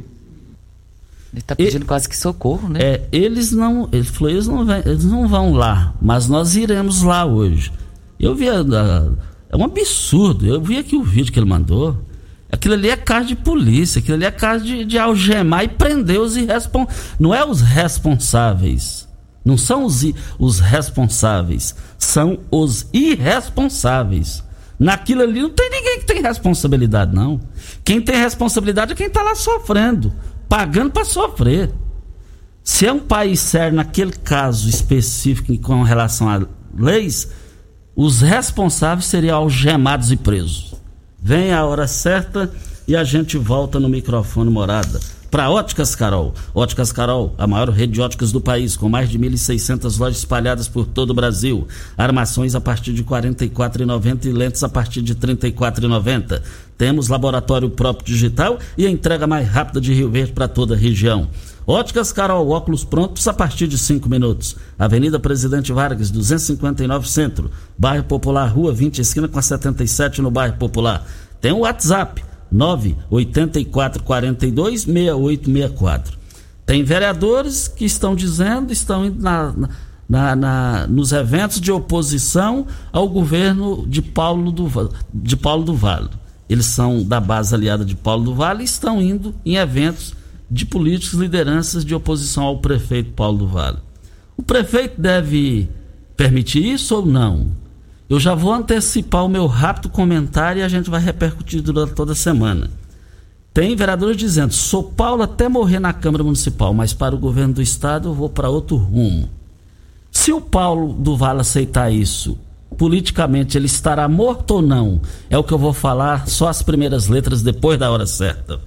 Ele tá pedindo e, quase que socorro, né? É, eles não, ele falou, eles não, eles não vão lá, mas nós iremos lá hoje. Eu vi, é um absurdo, eu vi aqui o vídeo que ele mandou. Aquilo ali é caso de polícia, aquilo ali é caso de, de algemar e prender os irresponsáveis. Não é os responsáveis, não são os, os responsáveis, são os irresponsáveis. Naquilo ali não tem ninguém que tem responsabilidade, não. Quem tem responsabilidade é quem está lá sofrendo, pagando para sofrer. Se é um país sério naquele caso específico com relação a leis, os responsáveis seriam algemados e presos. Vem a hora certa e a gente volta no microfone Morada. Para Óticas Carol. Óticas Carol, a maior rede de óticas do país, com mais de mil e seiscentas lojas espalhadas por todo o Brasil. Armações a partir de quarenta e quatro reais e noventa centavos e lentes a partir de trinta e quatro reais e noventa centavos. Temos laboratório próprio digital e a entrega mais rápida de Rio Verde para toda a região. Óticas Carol, óculos prontos a partir de cinco minutos. Avenida Presidente Vargas, duzentos e cinquenta e nove Centro. Bairro Popular, Rua vinte, esquina com a setenta e sete, no Bairro Popular. Tem o WhatsApp, nove oito quatro quatro dois, seis oito seis quatro. Tem vereadores que estão dizendo, estão indo na, na, na, nos eventos de oposição ao governo de Paulo do, de Paulo do Vale. Eles são da base aliada de Paulo do Vale e estão indo em eventos de políticos, lideranças de oposição ao prefeito Paulo do Vale. O prefeito deve permitir isso ou não? Eu já vou antecipar o meu rápido comentário e a gente vai repercutir durante toda a semana. Tem vereadores dizendo, sou Paulo até morrer na Câmara Municipal, mas para o governo do estado eu vou para outro rumo. Se o Paulo do Vale aceitar isso, politicamente ele estará morto ou não? É o que eu vou falar, só as primeiras letras depois da hora certa.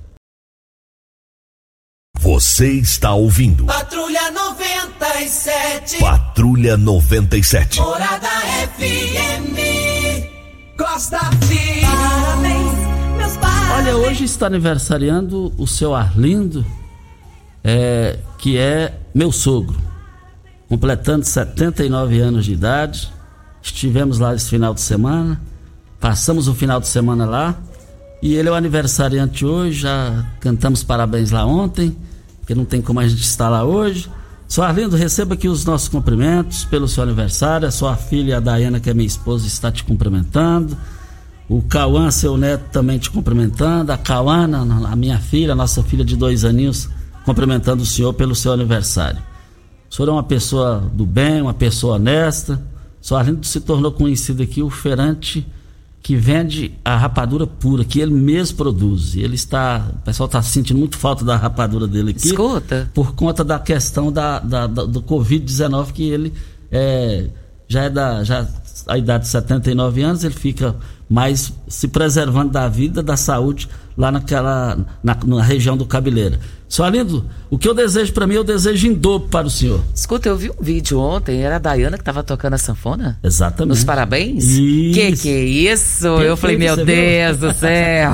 Você está ouvindo Patrulha noventa e sete. Patrulha noventa e sete. Morada F M. Costa Filho. Parabéns. Olha, hoje está aniversariando o seu Arlindo, é, que é meu sogro, completando setenta e nove anos de idade. Estivemos lá esse final de semana, passamos o final de semana lá, e ele é o aniversariante hoje. Já cantamos parabéns lá ontem, porque não tem como a gente estar lá hoje. Seu Arlindo, receba aqui os nossos cumprimentos pelo seu aniversário. A sua filha, a Daiana, que é minha esposa, está te cumprimentando. O Cauã, seu neto, também te cumprimentando. A Cauana, a minha filha, a nossa filha de dois aninhos, cumprimentando o senhor pelo seu aniversário. O senhor é uma pessoa do bem, uma pessoa honesta. O senhor Arlindo se tornou conhecido aqui, o feirante que vende a rapadura pura, que ele mesmo produz. Ele está, o pessoal está sentindo muito falta da rapadura dele aqui. Escuta. Por conta da questão da, da, da, do covid dezenove, que ele é, já é da... Já, a idade de setenta e nove anos, ele fica mais se preservando da vida, da saúde, lá naquela, na, na região do Cabeleira. Senhor Arlindo, o que eu desejo para mim, eu desejo em dobro para o senhor. Escuta, eu vi um vídeo ontem, era a Daiana que estava tocando a sanfona? Exatamente. Nos parabéns? Isso. Que que é isso? Que eu falei, que meu Deus viu? do céu.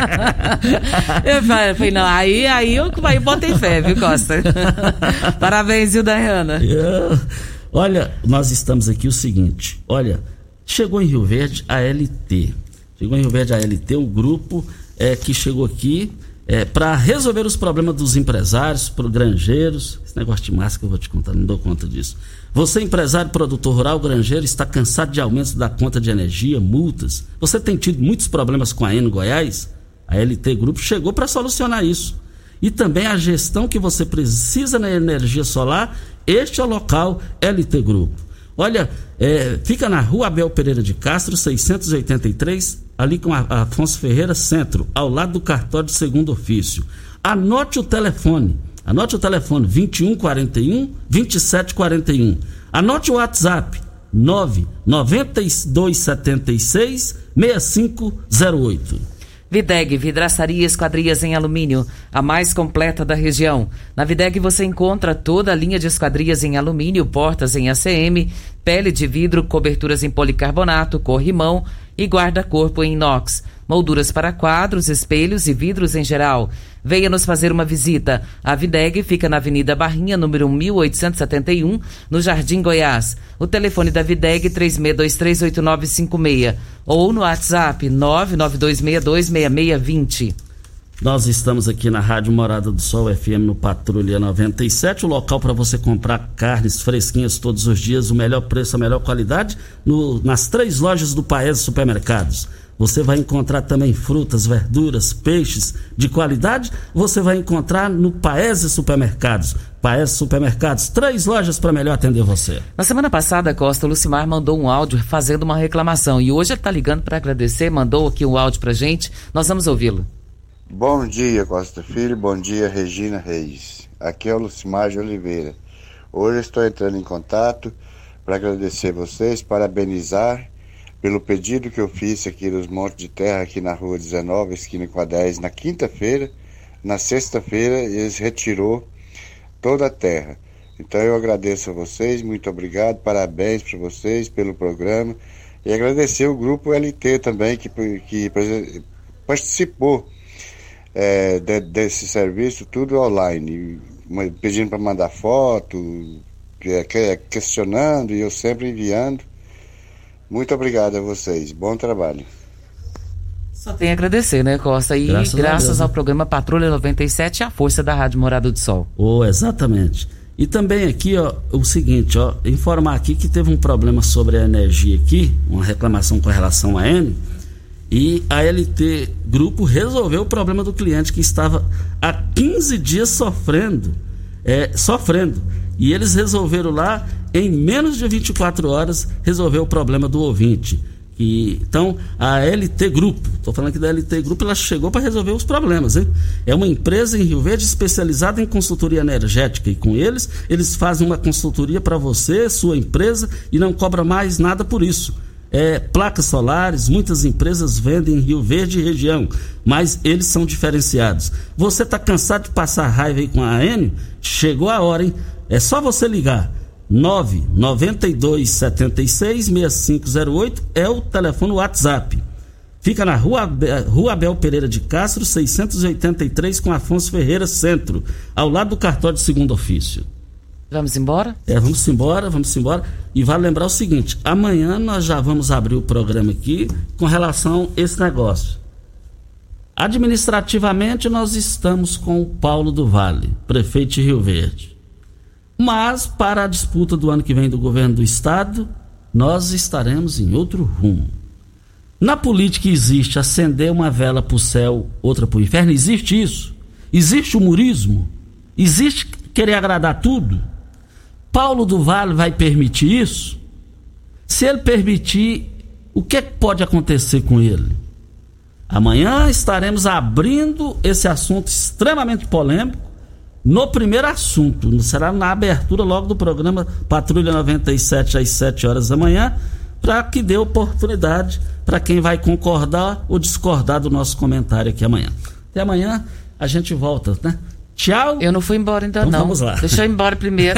Eu falei, não, aí, aí eu aí botei fé, viu, Costa? Parabéns, viu, Daiana? Yeah. Olha, nós estamos aqui o seguinte, olha, chegou em Rio Verde a L T, chegou em Rio Verde a L T, um grupo é, que chegou aqui é, para resolver os problemas dos empresários, pro granjeiros. Esse negócio de máscara eu vou te contar, não dou conta disso. Você, empresário, produtor rural, granjeiro, está cansado de aumentos da conta de energia, multas? Você tem tido muitos problemas com a Eno Goiás? A L T Grupo chegou para solucionar isso. E também a gestão que você precisa na energia solar, este é o local L T Grupo. Olha, é, fica na rua Abel Pereira de Castro, seiscentos e oitenta e três, ali com a, a Afonso Ferreira Centro, ao lado do cartório de segundo ofício. Anote o telefone, anote o telefone vinte e um quarenta e um, vinte e sete quarenta e um. Anote o WhatsApp nove nove dois sete seis, seis cinco zero oito. Videg, vidraçaria e esquadrias em alumínio, a mais completa da região. Na Videg você encontra toda a linha de esquadrias em alumínio, portas em A C M, pele de vidro, coberturas em policarbonato, corrimão e guarda-corpo em inox, molduras para quadros, espelhos e vidros em geral. Venha nos fazer uma visita. A Videg fica na Avenida Barrinha, número mil oitocentos e setenta e um, no Jardim Goiás. O telefone da Videg três seis dois três oito nove cinco seis ou no WhatsApp nove nove dois seis dois seis seis dois zero. Nós estamos aqui na Rádio Morada do Sol F M no Patrulha noventa e sete, o local para você comprar carnes fresquinhas todos os dias, o melhor preço, a melhor qualidade, no, nas três lojas do Paese Supermercados. Você vai encontrar também frutas, verduras, peixes de qualidade. Você vai encontrar no Paese Supermercados. Paese Supermercados, três lojas para melhor atender você. Na semana passada, Costa, o Lucimar mandou um áudio fazendo uma reclamação. E hoje ele está ligando para agradecer, mandou aqui um áudio para gente. Nós vamos ouvi-lo. Bom dia, Costa Filho. Bom dia, Regina Reis. Aqui é o Lucimar de Oliveira. Hoje estou entrando em contato para agradecer vocês, parabenizar pelo pedido que eu fiz aqui nos Montes de Terra, aqui na rua dezenove, esquina com a dez, na quinta-feira. Na sexta-feira eles retirou toda a terra. Então eu agradeço a vocês, muito obrigado, parabéns para vocês pelo programa. E agradecer o grupo L T também, que, que participou é, de, desse serviço, tudo online, pedindo para mandar foto, questionando e eu sempre enviando. Muito obrigado a vocês, bom trabalho. Só tem a agradecer, né, Costa? E graças, graças ao programa Patrulha noventa e sete e a força da Rádio Morada do Sol. Oh, exatamente. E também aqui, ó, o seguinte, ó, informar aqui que teve um problema sobre a energia aqui, uma reclamação com relação à Eno, e a L T Grupo resolveu o problema do cliente que estava há quinze dias sofrendo, é, sofrendo. E eles resolveram lá, em menos de vinte e quatro horas, resolver o problema do ouvinte, Que, então, a L T Grupo, estou falando aqui da L T Grupo, ela chegou para resolver os problemas, hein? É uma empresa em Rio Verde especializada em consultoria energética, e com eles, eles fazem uma consultoria para você, sua empresa, e não cobra mais nada por isso. É, placas solares, muitas empresas vendem em Rio Verde e região, mas eles são diferenciados. Você está cansado de passar raiva aí com a Enio? Chegou a hora, hein? É só você ligar. nove nove dois sete seis seis cinco zero oito é o telefone WhatsApp. Fica na rua, rua Abel Pereira de Castro, seiscentos e oitenta e três, com Afonso Ferreira Centro, ao lado do cartório de segundo ofício. Vamos embora? É, vamos embora, vamos embora. E vale lembrar o seguinte, amanhã nós já vamos abrir o programa aqui com relação a esse negócio. Administrativamente nós estamos com o Paulo do Vale, prefeito de Rio Verde. Mas para a disputa do ano que vem do governo do estado, nós estaremos em outro rumo. Na política existe acender uma vela para o céu, outra para o inferno? Existe isso? Existe o humorismo? Existe querer agradar tudo? Paulo do Vale vai permitir isso? Se ele permitir, o que pode acontecer com ele? Amanhã estaremos abrindo esse assunto extremamente polêmico. No primeiro assunto, será na abertura logo do programa Patrulha noventa e sete às sete horas da manhã, para que dê oportunidade para quem vai concordar ou discordar do nosso comentário aqui amanhã. Até amanhã, a gente volta, né? Tchau. Eu não fui embora ainda, então, não. Vamos lá. Deixa eu ir embora primeiro.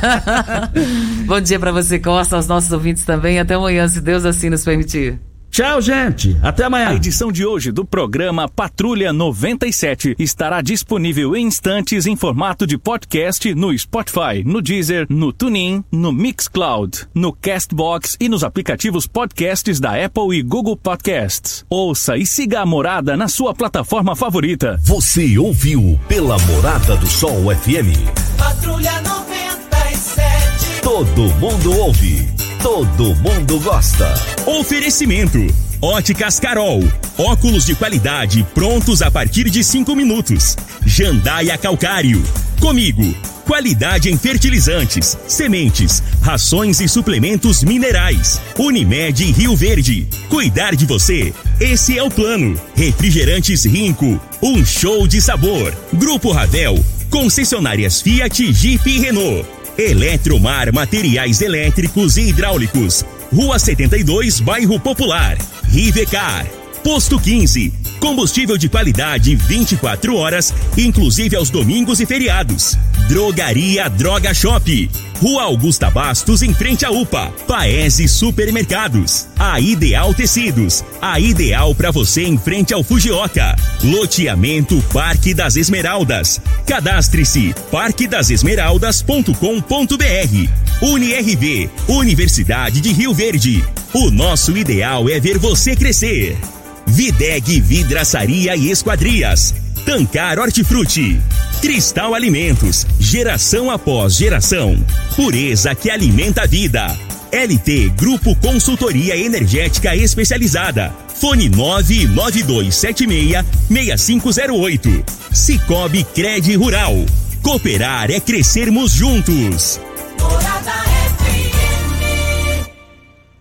Bom dia para você, Costa, aos nossos ouvintes também. Até amanhã, se Deus assim nos permitir. Tchau, gente. Até amanhã. A edição de hoje do programa Patrulha noventa e sete estará disponível em instantes em formato de podcast no Spotify, no Deezer, no TuneIn, no Mixcloud, no Castbox e nos aplicativos podcasts da Apple e Google Podcasts. Ouça e siga a Morada na sua plataforma favorita. Você ouviu pela Morada do Sol F M. Patrulha noventa e sete. Todo mundo ouve. Todo mundo gosta. Oferecimento: Óticas Carol. Óculos de qualidade prontos a partir de cinco minutos. Jandaia Calcário. Comigo. Qualidade em fertilizantes, sementes, rações e suplementos minerais. Unimed Rio Verde. Cuidar de você. Esse é o plano. Refrigerantes Rinco. Um show de sabor. Grupo Ravel. Concessionárias Fiat, Jeep e Renault. Eletromar Materiais Elétricos e Hidráulicos. Rua setenta e dois, Bairro Popular. Rivecar. Posto quinze. Combustível de qualidade vinte e quatro horas, inclusive aos domingos e feriados. Drogaria Droga Shop. Rua Augusta Bastos, em frente à U P A. Paese Supermercados. A Ideal Tecidos. A ideal para você em frente ao Fujioka. Loteamento Parque das Esmeraldas. Cadastre-se parque das esmeraldas ponto com ponto b r. UniRV. Universidade de Rio Verde. O nosso ideal é ver você crescer. Videg Vidraçaria e Esquadrias. Tancar Hortifruti. Cristal Alimentos. Geração após geração. Pureza que alimenta a vida. L T Grupo Consultoria Energética Especializada. Fone nove nove dois sete seis, seis cinco zero oito. Cicobi Cred Rural. Cooperar é crescermos juntos.